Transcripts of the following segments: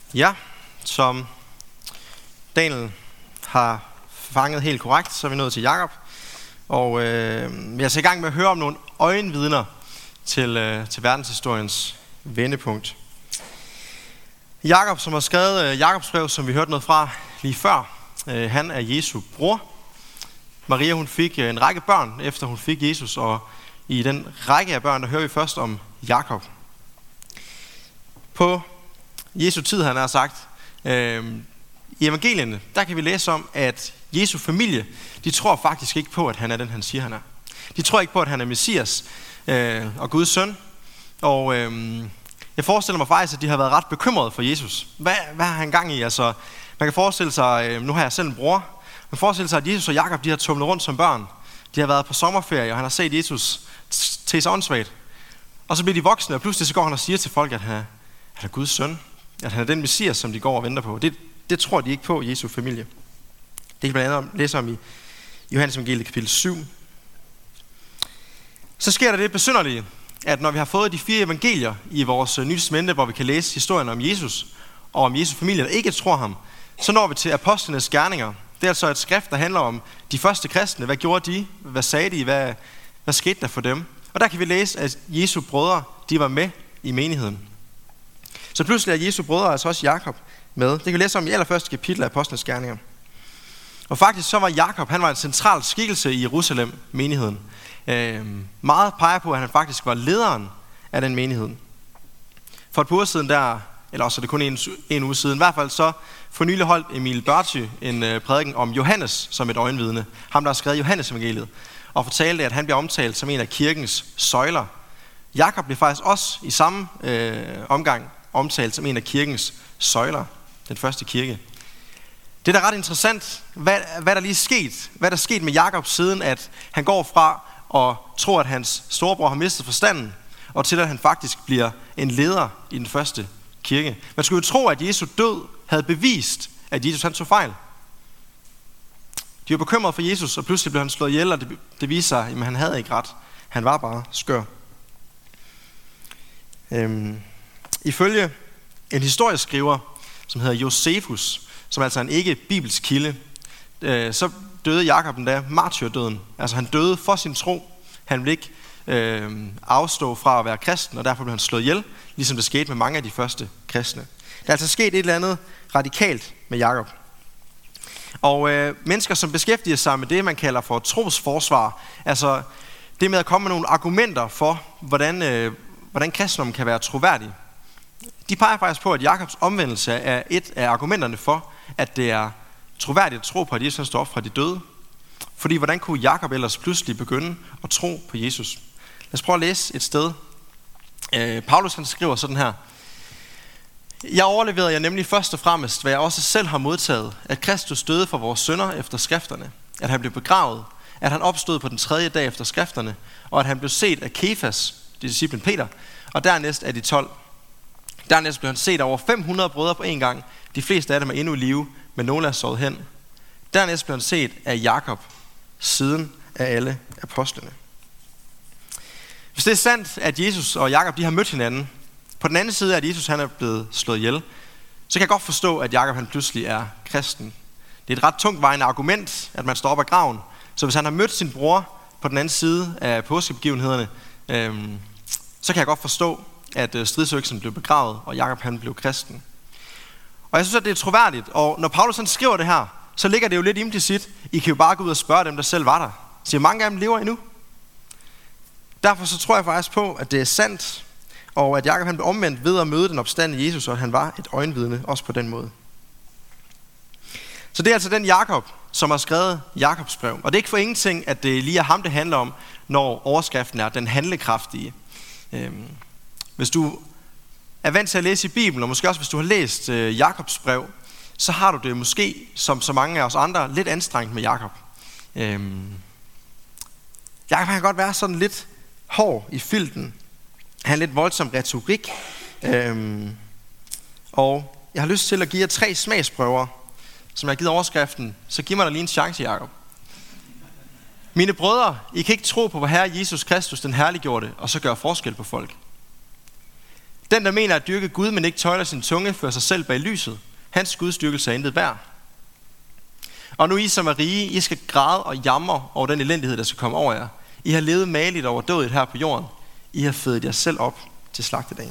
Ja, som Daniel har fanget helt korrekt, så er vi nået til Jakob. Og jeg er så i gang med at høre om nogle øjenvidner til verdenshistoriens vendepunkt. Jakob, som har skrevet Jakobs brev, som vi hørte noget fra lige før, han er Jesu bror. Maria, hun fik en række børn, efter hun fik Jesus, og i den række af børn, der hører vi først om Jakob. På Jesu tid, han har sagt, i evangelierne, der kan vi læse om, at Jesu familie, de tror faktisk ikke på, at han er den, han siger, han er. De tror ikke på, at han er Messias og Guds søn. Og jeg forestiller mig faktisk, at de har været ret bekymrede for Jesus. Hvad har han gang i? Altså, man kan forestille sig, nu har jeg selv en bror, man kan forestille sig, at Jesus og Jakob, de har tumlet rundt som børn. De har været på sommerferie, og han har set Jesus til sig åndssvagt. Og så bliver de voksne, og pludselig så går han og siger til folk, at han er Guds søn. At han er den Messias, som de går og venter på. Det tror de ikke på, Jesu familie. Det kan vi blandt andet læse om i Johannes evangeliet kapitel 7. Så sker der det besynderlige, at når vi har fået de 4 evangelier i vores Nye Testamente, hvor vi kan læse historien om Jesus og om Jesu familie, der ikke tror ham, så når vi til apostlenes gerninger. Det er altså et skrift, der handler om de første kristne. Hvad gjorde de? Hvad sagde de? Hvad skete der for dem? Og der kan vi læse, at Jesu brødre, de var med i menigheden. Så pludselig er Jesu brødre, altså også Jakob, med. Det kan vi læse om i allerførste kapitel af apostlenes gerninger. Og faktisk så var Jakob, han var en central skikkelse i Jerusalem, menigheden. Meget peger på, at han faktisk var lederen af den menighed. For et par uger siden der, eller også er det kun en uge siden, i hvert fald så for nylig holdt Emil Børty en prædiken om Johannes som et øjenvidne. Ham, der har skrevet Johannes evangeliet, og fortalte, at han bliver omtalt som en af kirkens søjler. Jakob bliver faktisk også i samme omgang omtalt som en af kirkens søjler, den første kirke. Det er da ret interessant, hvad der lige er sket. Hvad der er sket med Jakob siden, at han går fra at tro, at hans storebror har mistet forstanden, og til at han faktisk bliver en leder i den første kirke. Man skulle jo tro, at Jesu død havde bevist, at Jesus han tog fejl. De var bekymrede for Jesus, og pludselig blev han slået ihjel, og det viser sig, at han havde ikke ret. Han var bare skør. Ifølge en historieskriver, som hedder Josefus, som altså en ikke-bibelsk kilde, så døde Jakob endda martyrdøden. Altså han døde for sin tro. Han ville ikke afstå fra at være kristen, og derfor blev han slået ihjel, ligesom det skete med mange af de første kristne. Der er altså sket et eller andet radikalt med Jakob. Og mennesker, som beskæftiger sig med det, man kalder for trosforsvar, altså det med at komme med nogle argumenter for, hvordan kristendommen kan være troværdig, de peger faktisk på, at Jakobs omvendelse er et af argumenterne for, at det er troværdigt at tro på, at Jesus står op fra de døde. Fordi hvordan kunne Jakob ellers pludselig begynde at tro på Jesus? Lad os prøve at læse et sted. Paulus han skriver sådan her. Jeg overleverede jer nemlig først og fremmest, hvad jeg også selv har modtaget, at Kristus døde for vores synder efter skrifterne, at han blev begravet, at han opstod på den 3. dag efter skrifterne, og at han blev set af Kefas, det er disciplen Peter, og dernæst af de 12. Dernæst blev han set over 500 brødre på en gang. De fleste af dem er endnu i live, men nogle er sovet hen. Dernæst blev han set af Jakob, siden af alle apostlene. Hvis det er sandt, at Jesus og Jakob de har mødt hinanden, på den anden side at Jesus han er blevet slået ihjel, så kan jeg godt forstå, at Jakob han pludselig er kristen. Det er et ret tungtvejende argument, at man står op af graven. Så hvis han har mødt sin bror på den anden side af påskebegivenhederne, så kan jeg godt forstå, at stridsøksen blev begravet, og Jakob han blev kristen. Og jeg synes, at det er troværdigt, og når Paulus han skriver det her, så ligger det jo lidt implicit. I kan jo bare gå ud og spørge dem, der selv var der. Så mange af dem lever endnu. Derfor så tror jeg faktisk på, at det er sandt, og at Jakob han blev omvendt ved at møde den opstandne Jesus, og at han var et øjenvidne, også på den måde. Så det er altså den Jakob, som har skrevet Jakobs brev. Og det er ikke for ingenting, at det lige er ham, det handler om, når overskriften er den handlekraftige. Hvis du er vant til at læse i Bibelen, og måske også hvis du har læst Jakobs brev, så har du det måske, som så mange af os andre, lidt anstrengt med Jakob. Jakob kan godt være sådan lidt hård i filten. Han har lidt voldsom retorik. Og jeg har lyst til at give jer 3 smagsprøver, som jeg har givet overskriften. Så giv mig da lige en chance, Jakob. Mine brødre, I kan ikke tro på, hvor Herre Jesus Kristus den herliggjorte, og så gøre forskel på folk. Den, der mener at dyrke Gud, men ikke tøjler sin tunge, fører sig selv bag lyset. Hans gudsdyrkelse er intet værd. Og nu I, som er rige, I skal græde og jamre over den elendighed, der skal komme over jer. I har levet mageligt over dødet her på jorden. I har fødet jer selv op til slagtedagen.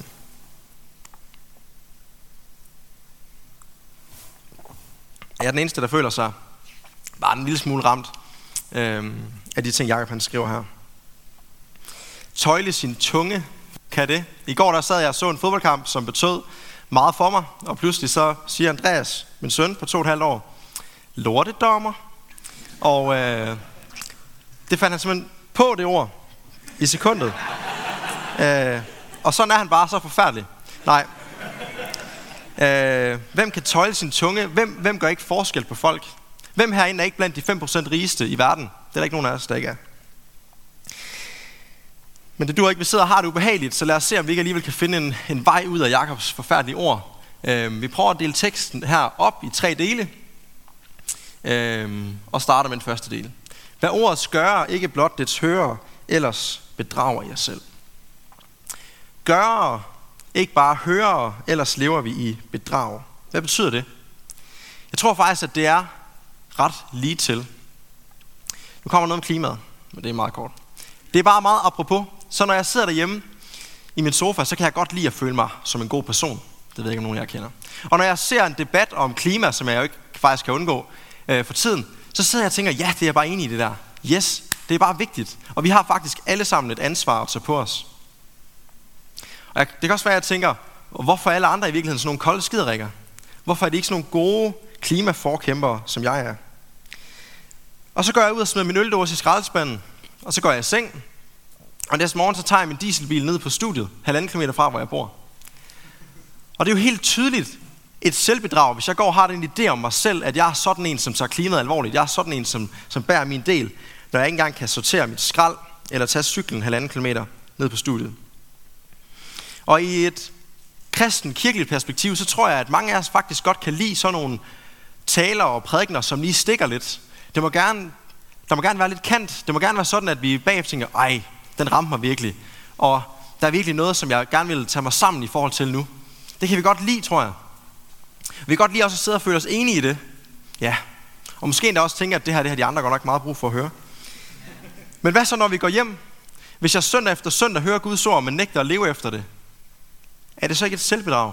Jeg er den eneste, der føler sig bare en lille smule ramt af de ting, Jakob han skriver her. Tøjle sin tunge, kan det? I går der sad jeg og så en fodboldkamp, som betød meget for mig, og pludselig så siger Andreas, min søn på 2,5 år, lortedommer. Og det fandt han simpelthen på det ord i sekundet. Og sådan er han bare så forfærdelig. Nej. Hvem kan tøjle sin tunge? Hvem gør ikke forskel på folk? Hvem herinde er ikke blandt de 5% rigeste i verden? Det er der ikke nogen af os, der ikke er. Men det duer ikke, vi sidder og har det ubehageligt, så lad os se, om vi ikke alligevel kan finde en vej ud af Jakobs forfærdelige ord. Vi prøver at dele teksten her op i 3 dele, og starter med den første del. Hvad ordet gør, ikke blot dets hører, ellers bedrager jer selv. Gør, ikke bare hører, ellers lever vi i bedrag. Hvad betyder det? Jeg tror faktisk, at det er ret lige til. Nu kommer noget om klimaet, men det er meget kort. Det er bare meget apropos. Så når jeg sidder derhjemme i min sofa, så kan jeg godt lide at føle mig som en god person. Det ved jeg ikke, om nogen af jer kender. Og når jeg ser en debat om klima, som jeg jo ikke faktisk kan undgå for tiden, så sidder jeg og tænker, ja, det er jeg bare enig i det der. Yes, det er bare vigtigt. Og vi har faktisk alle sammen et ansvar at tage på os. Og det kan også være, at jeg tænker, hvorfor er alle andre i virkeligheden sådan nogle kolde skiderikker? Hvorfor er de ikke sådan nogle gode klimaforkæmpere, som jeg er? Og så går jeg ud og smider min øldåse i skraldespanden, og så går jeg i seng. Og næste morgen så tager jeg min dieselbil ned på studiet, 1,5 kilometer fra, hvor jeg bor. Og det er jo helt tydeligt et selvbedrag, hvis jeg går og har den idé om mig selv, at jeg er sådan en, som tager klimaet alvorligt. Jeg er sådan en, som bærer min del, når jeg ikke engang kan sortere mit skrald, eller tage cyklen 1,5 kilometer ned på studiet. Og i et kristen kirkeligt perspektiv, så tror jeg, at mange af os faktisk godt kan lide sådan nogle taler og prædikener, som lige stikker lidt. Der må gerne være lidt kant. Det må gerne være sådan, at vi bagefter tænker, ej, den ramte mig virkelig. Og der er virkelig noget, som jeg gerne vil tage mig sammen i forhold til nu. Det kan vi godt lide, tror jeg. Vi kan godt lide også at sidde og føle os enige i det. Ja. Og måske endda også tænke, at det her har de andre godt nok meget brug for at høre. Men hvad så, når vi går hjem? Hvis jeg søndag efter søndag hører Guds ord, men nægter at leve efter det, er det så ikke et selvbedrag?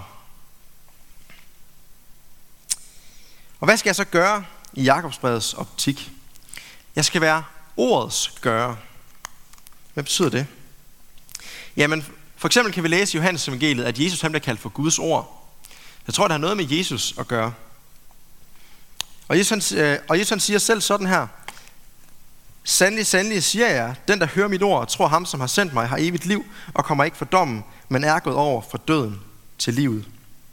Og hvad skal jeg så gøre i Jakobsbrevets optik? Jeg skal være ordets gøre. Hvad betyder det? Jamen, for eksempel kan vi læse i Johannes evangeliet, at Jesus han bliver kaldt for Guds ord. Jeg tror, det har noget med Jesus at gøre. Og Jesus han siger selv sådan her: Sandelig, sandelig siger jeg, den der hører mit ord og tror ham, som har sendt mig, har evigt liv og kommer ikke for dommen, men er gået over fra døden til livet.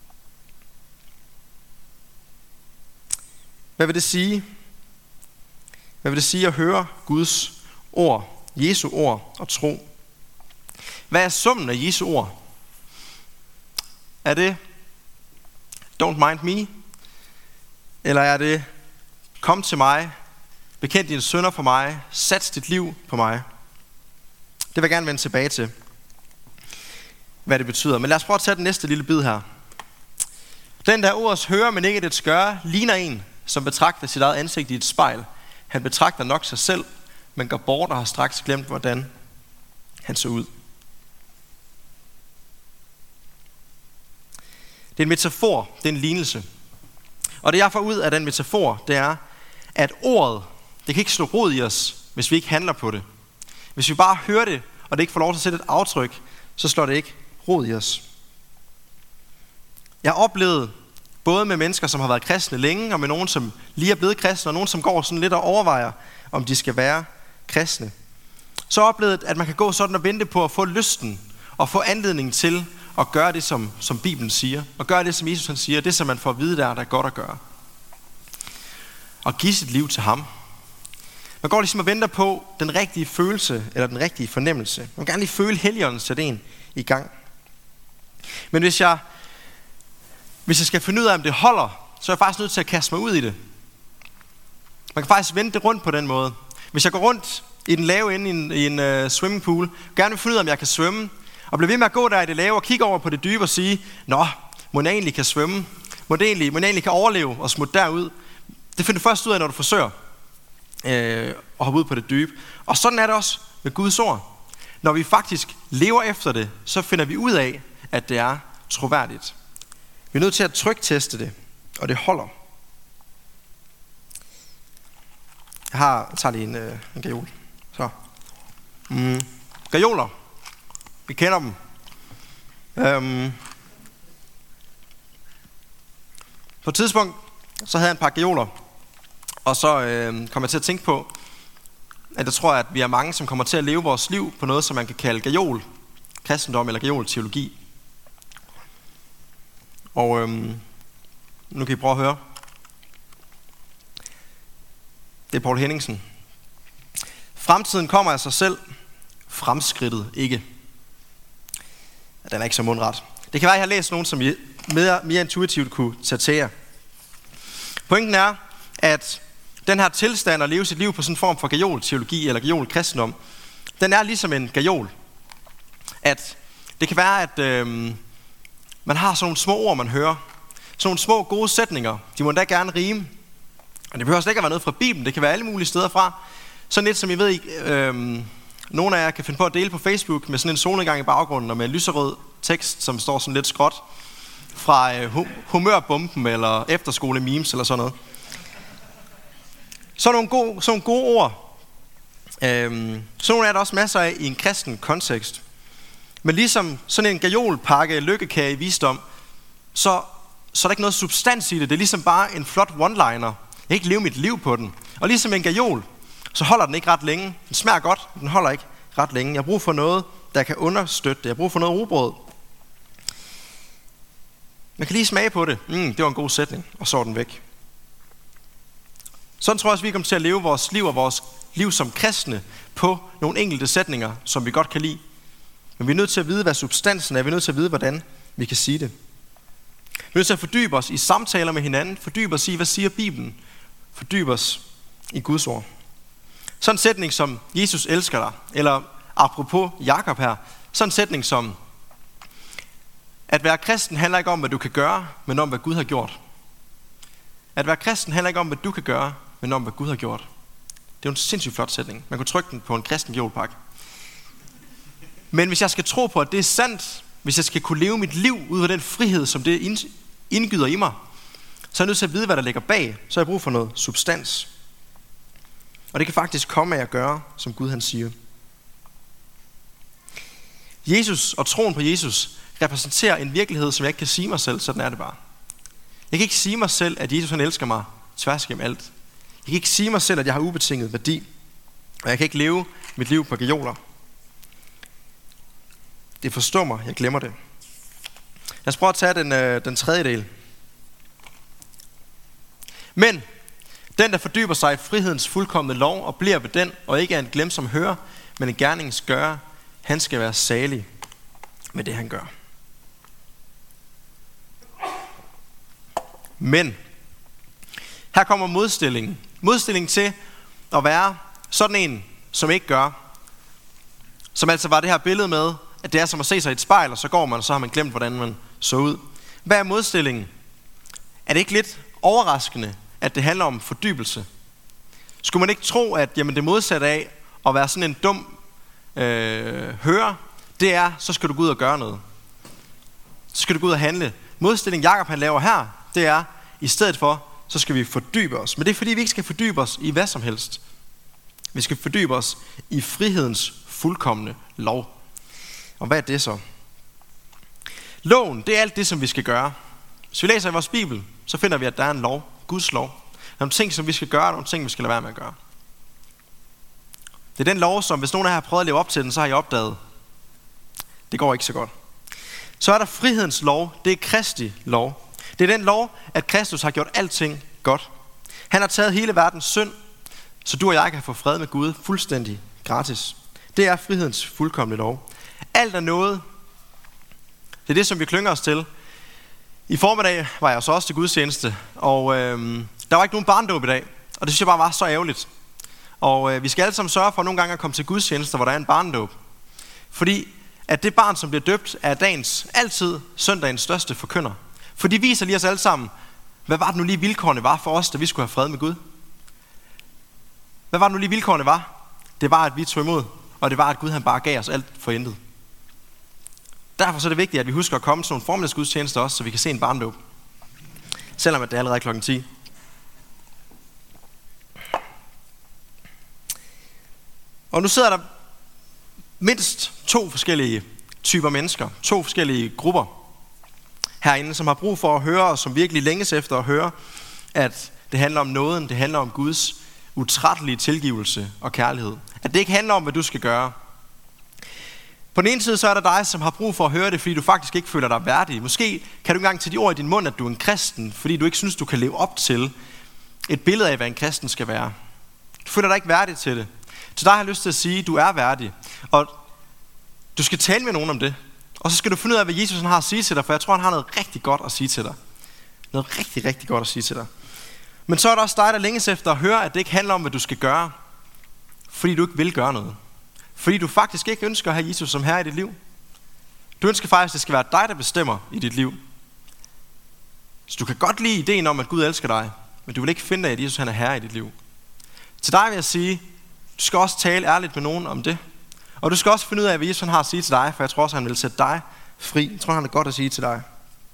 Hvad vil det sige? Hvad vil det sige at høre Guds ord, Jesu ord og tro? Hvad er summen af Jesu ord? Er det don't mind me? Eller er det kom til mig, bekend dine synder for mig, sats dit liv på mig? Det vil jeg gerne vende tilbage til, hvad det betyder. Men lad os prøve at tage den næste lille bid her. Den der ords hører, men ikke dets gøre, ligner en, som betragter sit eget ansigt i et spejl. Han betragter nok sig selv, men går bort og har straks glemt, hvordan han så ud. Det er en metafor, det er en lignelse. Og det jeg får ud af den metafor, det er, at ordet, det kan ikke slå rod i os, hvis vi ikke handler på det. Hvis vi bare hører det, og det ikke får lov til at sætte et aftryk, så slår det ikke rod i os. Jeg har oplevet, både med mennesker, som har været kristne længe, og med nogen, som lige er blevet kristne, og nogen, som går sådan lidt og overvejer, om de skal være kristne. Så har jeg oplevet, at man kan gå sådan og vente på at få lysten, og få anledning til at gøre det, som Bibelen siger, og gøre det, som Jesus han siger, det, som man får at vide, der er godt at gøre. Og give sit liv til ham. Man går ligesom og venter på den rigtige følelse, eller den rigtige fornemmelse. Man vil gerne lige føle Helligånden sætte en i gang. Men hvis jeg skal finde ud af, om det holder, så er jeg faktisk nødt til at kaste mig ud i det. Man kan faktisk vende det rundt på den måde. Hvis jeg går rundt i den lave ende i en swimmingpool, gerne vil finde ud af, om jeg kan svømme, Og blive ved med at gå der i det lave og kigge over på det dybe og sige, nå, må jeg egentlig kan svømme? Må jeg egentlig kan overleve og smutte derud? Det finder du først ud af, når du forsøger at hoppe ud på det dybe. Og sådan er det også med Guds ord. Når vi faktisk lever efter det, så finder vi ud af, at det er troværdigt. Vi er nødt til at trykteste det, og det holder. Jeg tager lige en gajol. Så. Gajoler. Vi kender dem. På et tidspunkt, så havde jeg en par gajoler. Og så kom jeg til at tænke på, at jeg tror, at vi er mange, som kommer til at leve vores liv på noget, som man kan kalde gajol kristendom eller gajol teologi. Og nu kan I prøve at høre. Det er Paul Henningsen. Fremtiden kommer af sig selv, fremskridtet ikke. Den er ikke så mundret. Det kan være, at jeg har læst nogen, som I mere intuitivt kunne tage til jer. Pointen er, at den her tilstand at leve sit liv på sådan en form for gajol-teologi eller gajol-kristendom, den er ligesom en gajol. At det kan være, at man har sådan nogle små ord, man hører. Sådan nogle små gode sætninger. De må endda gerne rime. Og det behøver slet ikke at være noget fra Bibelen. Det kan være alle mulige steder fra. Sådan lidt, som I ved, nogle af jer kan finde på at dele på Facebook med sådan en solnedgang i baggrunden og med en lyserød tekst, som står sådan lidt skråt fra humørbomben eller efterskole memes eller sådan noget. Så nogle gode ord. Sådan nogle er der også masser af i en kristen kontekst. Men ligesom sådan en gajolpakke, lykkekage, visdom, så er der ikke noget substans i det. Det er ligesom bare en flot one-liner. Jeg kan ikke leve mit liv på den. Og ligesom en gajol, så holder den ikke ret længe. Den smager godt, men den holder ikke ret længe. Jeg har brug for noget, der kan understøtte det. Jeg har brug for noget rugbrød. Man kan lige smage på det. Det var en god sætning, og så er den væk. Sådan tror jeg også, vi kommer til at leve vores liv og vores liv som kristne på nogle enkelte sætninger, som vi godt kan lide. Men vi er nødt til at vide, hvad substansen er. Vi er nødt til at vide, hvordan vi kan sige det. Vi er nødt til at fordybe os i samtaler med hinanden. Fordybe os i, hvad siger Bibelen. Fordybe os i Guds ord. Sådan en sætning som, Jesus elsker dig. Eller apropos Jakob her. Sådan en sætning som, at være kristen handler ikke om, hvad du kan gøre, men om, hvad Gud har gjort. At være kristen handler ikke om, hvad du kan gøre, men om, hvad Gud har gjort. Det er jo en sindssygt flot sætning. Man kunne trykke den på en kristen gajolpakke. Men hvis jeg skal tro på, at det er sandt, hvis jeg skal kunne leve mit liv ud af den frihed, som det indgyder i mig, så er jeg nødt til at vide, hvad der ligger bag. Så har jeg brug for noget substans. Og det kan faktisk komme af at gøre, som Gud han siger. Jesus og troen på Jesus repræsenterer en virkelighed, som jeg ikke kan sige mig selv. Sådan er det bare. Jeg kan ikke sige mig selv, at Jesus han elsker mig tværs gennem alt. Jeg kan ikke sige mig selv, at jeg har ubetinget værdi. Og jeg kan ikke leve mit liv på gajoler. Det forstår mig, jeg glemmer det. Lad os prøve at tage den tredje del. Men den, der fordyber sig i frihedens fuldkomne lov og bliver ved den, og ikke er en glemsom hører, men en gerningens gør, han skal være salig med det, han gør. Men her kommer modstillingen. Modstillingen til at være sådan en, som ikke gør. Som altså var det her billede med, at det er som at se sig i et spejl, og så går man, og så har man glemt, hvordan man så ud. Hvad er modstillingen? Er det ikke lidt overraskende, at det handler om fordybelse? Skulle man ikke tro, at jamen, det modsatte af at være sådan en dum hører, det er, så skal du gå ud og gøre noget. Så skal du gå ud og handle. Modstillingen Jakob han laver her, det er, i stedet for, så skal vi fordybe os. Men det er fordi, vi ikke skal fordybe os i hvad som helst. Vi skal fordybe os i frihedens fuldkomne lov. Og hvad er det så? Loven, det er alt det, som vi skal gøre. Hvis vi læser i vores Bibel, så finder vi, at der er en lov. Guds lov. Der er nogle ting, som vi skal gøre, og nogle ting, vi skal lade være med at gøre. Det er den lov, som hvis nogen af jer har prøvet at leve op til den, så har I opdaget, det går ikke så godt. Så er der frihedens lov. Det er Kristi lov. Det er den lov, at Kristus har gjort alting godt. Han har taget hele verdens synd, så du og jeg kan få fred med Gud fuldstændig gratis. Det er frihedens fuldkomne lov. Alt er noget. Det er det, som vi klynger os til. I formiddag var jeg så også til gudstjeneste, og der var ikke nogen barndåb i dag. Og det synes jeg bare var så ærgerligt. Og vi skal alle sammen sørge for nogle gange at komme til gudstjenester, hvor der er en barndåb. Fordi at det barn, som bliver døbt, er altid søndagens største forkynder. For de viser lige os alle sammen, hvad var det nu lige vilkårene var for os, da vi skulle have fred med Gud? Hvad var det nu lige vilkårene var? Det var, at vi tog imod, og det var, at Gud han bare gav os alt for intet. Derfor så er det vigtigt, at vi husker at komme til nogle formiddagsgudstjenester også, så vi kan se en barndåb. Selvom at det er allerede klokken 10. Og nu sidder der mindst 2 forskellige typer mennesker, 2 forskellige grupper herinde, som har brug for at høre, og som virkelig længes efter at høre, at det handler om nåden, det handler om Guds utrættelige tilgivelse og kærlighed. At det ikke handler om, hvad du skal gøre. På den ene side så er der dig, som har brug for at høre det, fordi du faktisk ikke føler dig værdig. Måske kan du ikke engang tage de ord i din mund, at du er en kristen, fordi du ikke synes, du kan leve op til et billede af, hvad en kristen skal være. Du føler dig ikke værdig til det. Til dig har jeg lyst til at sige, at du er værdig. Og du skal tale med nogen om det. Og så skal du finde ud af, hvad Jesus har at sige til dig, for jeg tror, han har noget rigtig godt at sige til dig. Noget rigtig, rigtig godt at sige til dig. Men så er der også dig, der længes efter at høre, at det ikke handler om, hvad du skal gøre, fordi du ikke vil gøre noget. Fordi du faktisk ikke ønsker at have Jesus som herre i dit liv. Du ønsker faktisk, at det skal være dig, der bestemmer i dit liv. Så du kan godt lide ideen om, at Gud elsker dig, men du vil ikke finde dig, at Jesus han er herre i dit liv. Til dig vil jeg sige, du skal også tale ærligt med nogen om det. Og du skal også finde ud af, hvad Jesus han har at sige til dig, for jeg tror også, han vil sætte dig fri. Jeg tror, han har godt at sige til dig.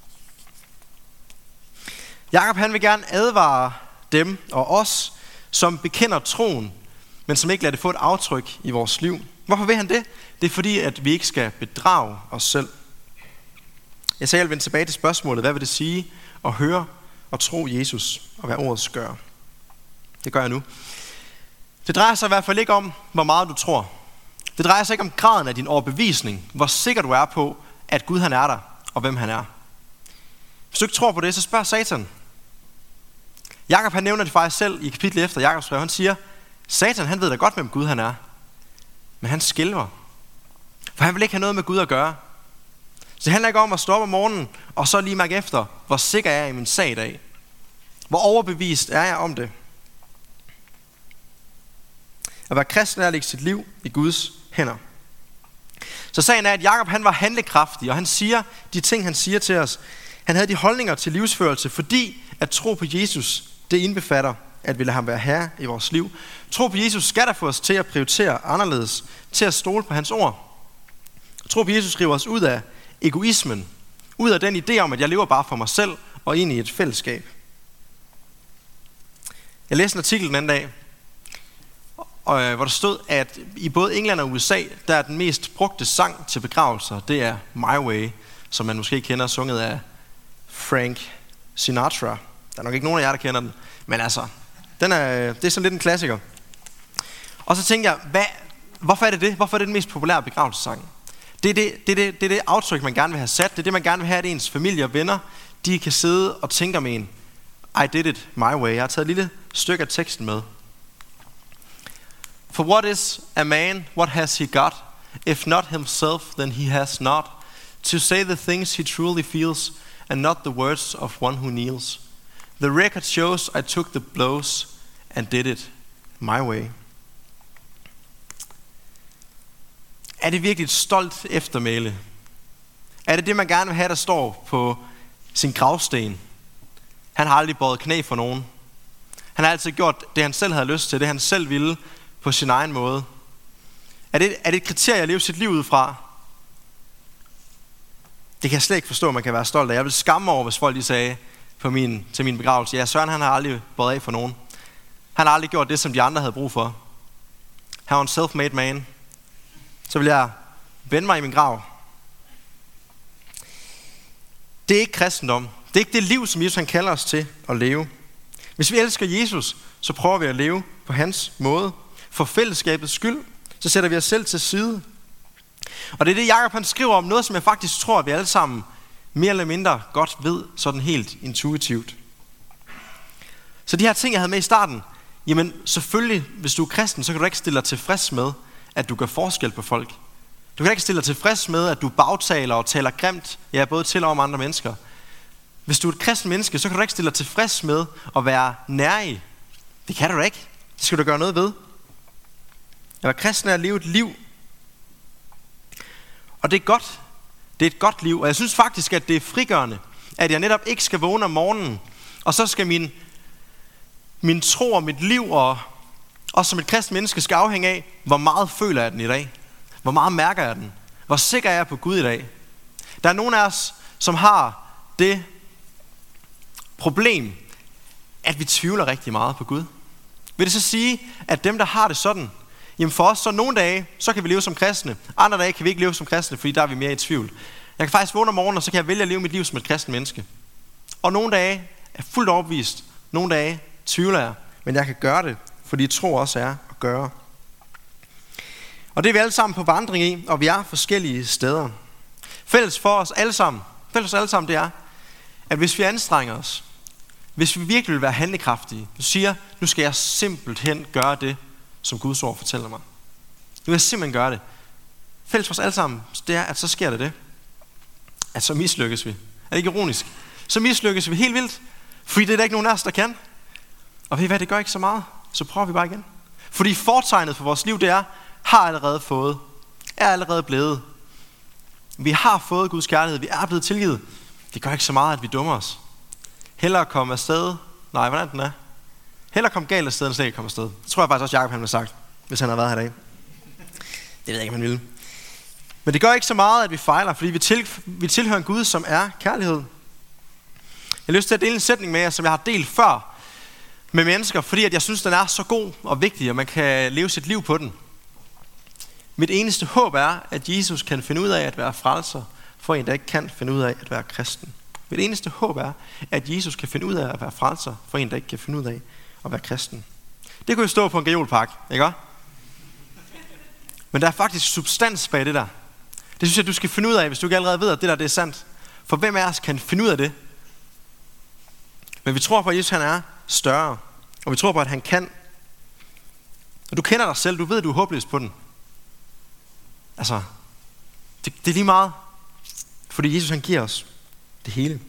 Jakob han vil gerne advare dem og os, som bekender troen, men som ikke lader det få et aftryk i vores liv. Hvorfor vil han det? Det er fordi, at vi ikke skal bedrage os selv. Jeg vil vende tilbage til spørgsmålet, hvad vil det sige at høre og tro Jesus, og hvad ordet gør? Det gør jeg nu. Det drejer sig i hvert fald ikke om, hvor meget du tror. Det drejer sig ikke om graden af din overbevisning, hvor sikker du er på, at Gud han er der, og hvem han er. Hvis du ikke tror på det, så spørg Satan. Jakob han nævner det faktisk selv i kapitlet efter Jakobs brev. Han siger, Satan han ved da godt, hvem Gud han er. Men han skælver. For han vil ikke have noget med Gud at gøre. Så det handler ikke om at stå op om morgenen, og så lige mærke efter, hvor sikker jeg er i min sag i dag. Hvor overbevist er jeg om det. At være kristen er at lægge sit liv i Guds hænder. Så sagen er, at Jakob han var handlekraftig, og han siger de ting, han siger til os. Han havde de holdninger til livsførelse, fordi at tro på Jesus, det indbefatter at vi lader ham være herre i vores liv. Tro på Jesus skal der få os til at prioritere anderledes, til at stole på hans ord. Tro på Jesus river os ud af egoismen, ud af den idé om, at jeg lever bare for mig selv og ind i et fællesskab. Jeg læste en artikel den anden dag, hvor der stod, at i både England og USA, der er den mest brugte sang til begravelser, det er My Way, som man måske kender, sunget af Frank Sinatra. Der er nok ikke nogen af jer, der kender den, men altså, det er sådan lidt en klassiker. Og så tænkte jeg, hvorfor er det det? Hvorfor er det den mest populære begravelsessang? Det er det aftryk, man gerne vil have sat. Det er det, man gerne vil have, at ens familie og venner, de kan sidde og tænke om en. I did it my way. Jeg har taget et lille stykke af teksten med. For what is a man, what has he got? If not himself, then he has not. To say the things he truly feels, and not the words of one who kneels. The record shows I took the blows, and did it my way. Er det virkelig et stolt eftermæle? Er det det, man gerne vil have, der står på sin gravsten? Han har aldrig bøjet knæ for nogen. Han har altid gjort det, han selv havde lyst til, det han selv ville på sin egen måde. Er det et kriterie at leve sit liv ud fra? Det kan jeg slet ikke forstå, at man kan være stolt af. Jeg vil skamme over, hvis folk lige sagde til min begravelse, ja, Søren han har aldrig bøjet af for nogen. Han har aldrig gjort det, som de andre havde brug for. Han var en self-made man. Så vil jeg vende mig i min grav. Det er ikke kristendom. Det er ikke det liv, som Jesus han kalder os til at leve. Hvis vi elsker Jesus, så prøver vi at leve på hans måde. For fællesskabets skyld, så sætter vi os selv til side. Og det er det, Jakob han skriver om, noget som jeg faktisk tror, at vi alle sammen mere eller mindre godt ved, sådan helt intuitivt. Så de her ting, jeg havde med i starten, jamen selvfølgelig, hvis du er kristen, så kan du ikke stille dig tilfreds med, at du gør forskel på folk. Du kan ikke stille dig tilfreds med, at du bagtaler og taler grimt, ja, både til og om andre mennesker. Hvis du er et kristen menneske, så kan du ikke stille dig tilfreds med at være nærig. Det kan du ikke. Det skal du gøre noget ved. At være kristen er at leve et liv. Og det er godt. Det er et godt liv. Og jeg synes faktisk, at det er frigørende, at jeg netop ikke skal vågne om morgenen, og så skal min tro og mit liv, og også som et kristent menneske, skal afhænge af, hvor meget føler jeg den i dag. Hvor meget mærker jeg den. Hvor sikker er jeg på Gud i dag. Der er nogle af os, som har det problem, at vi tvivler rigtig meget på Gud. Vil det så sige, at dem, der har det sådan, jamen for os, så nogle dage, så kan vi leve som kristne. Andre dage kan vi ikke leve som kristne, fordi der er vi mere i tvivl. Jeg kan faktisk vågne om morgenen, og så kan jeg vælge at leve mit liv som et kristent menneske. Og nogle dage er jeg fuldt overbevist. Nogle dage tvivler jeg. Men jeg kan gøre det, fordi tro også er at gøre. Og det er vi alle sammen på vandring i, og vi er forskellige steder. Fælles for os alle sammen, det er, at hvis vi anstrenger os, hvis vi virkelig vil være handlekraftige, du siger, nu skal jeg simpelthen gøre det, som Guds ord fortæller mig. Nu vil jeg simpelthen gøre det. Fælles for os alle sammen, det er, at så sker det. At så mislykkes vi. Er det ikke ironisk? Så mislykkes vi helt vildt, fordi det er der ikke nogen af os, der kan. Og ved I hvad, det gør ikke så meget. Så prøver vi bare igen. Fordi fortegnet for vores liv, det er, har allerede fået, er allerede blevet. Vi har fået Guds kærlighed, vi er blevet tilgivet. Det gør ikke så meget, at vi dummer os. Hellere komme afsted. Nej, hvordan den er? Hellere komme galt afsted, end slet ikke komme afsted. Det tror jeg faktisk også, Jacob han har sagt, hvis han har været her i dag. Det ved jeg ikke, om han ville. Men det gør ikke så meget, at vi fejler, fordi vi tilhører en Gud, som er kærlighed. Jeg har lyst til at dele en sætning med jer, som jeg har delt før med mennesker, fordi at jeg synes, den er så god og vigtig, og man kan leve sit liv på den. Mit eneste håb er, at Jesus kan finde ud af at være frelser, for en, der ikke kan finde ud af at være kristen. Mit eneste håb er, at Jesus kan finde ud af at være frelser, for en, der ikke kan finde ud af at være kristen. Det kunne jo stå på en gajolpakke, ikke også? Men der er faktisk substans bag det der. Det synes jeg, du skal finde ud af, hvis du ikke allerede ved, at det der det er sandt. For hvem af os kan finde ud af det? Men vi tror på, at Jesus han er større. Og vi tror på, at han kan. Og du kender dig selv, du ved, at du er håbløs på den. Altså, det er lige meget. Fordi Jesus han giver os det hele.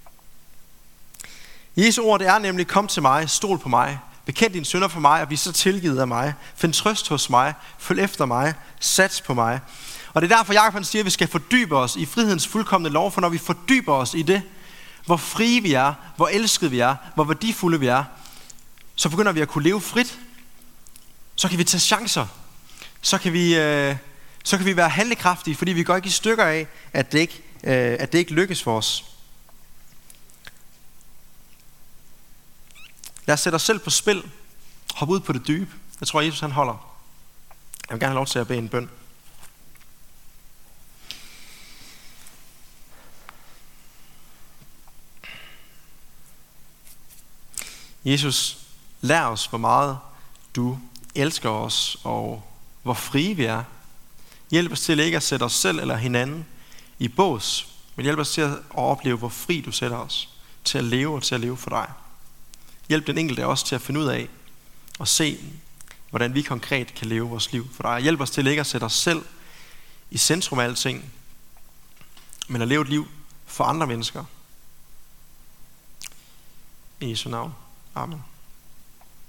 Jesu ord, det er nemlig, kom til mig, stol på mig, bekend dine synder for mig, og bliv så tilgivet af mig. Find trøst hos mig, følg efter mig, sats på mig. Og det er derfor, Jacob han siger, at vi skal fordybe os i frihedens fuldkomne lov, for når vi fordyber os i det, hvor frie vi er, hvor elskede vi er, hvor værdifulde vi er, så begynder vi at kunne leve frit. Så kan vi tage chancer. Så kan vi være handlekraftige, fordi vi går ikke i stykker af, at det ikke lykkes for os. Lad os sætte os selv på spil. Hop ud på det dybe. Jeg tror, Jesus han holder. Jeg vil gerne have lov til at bede en bøn. Jesus, lær os, hvor meget du elsker os, og hvor frie vi er. Hjælp os til ikke at sætte os selv eller hinanden i bås, men hjælp os til at opleve, hvor fri du sætter os til at leve og til at leve for dig. Hjælp den enkelte også til at finde ud af og se, hvordan vi konkret kan leve vores liv for dig. Hjælp os til ikke at sætte os selv i centrum af alting, men at leve et liv for andre mennesker. I Jesu navn. Amen.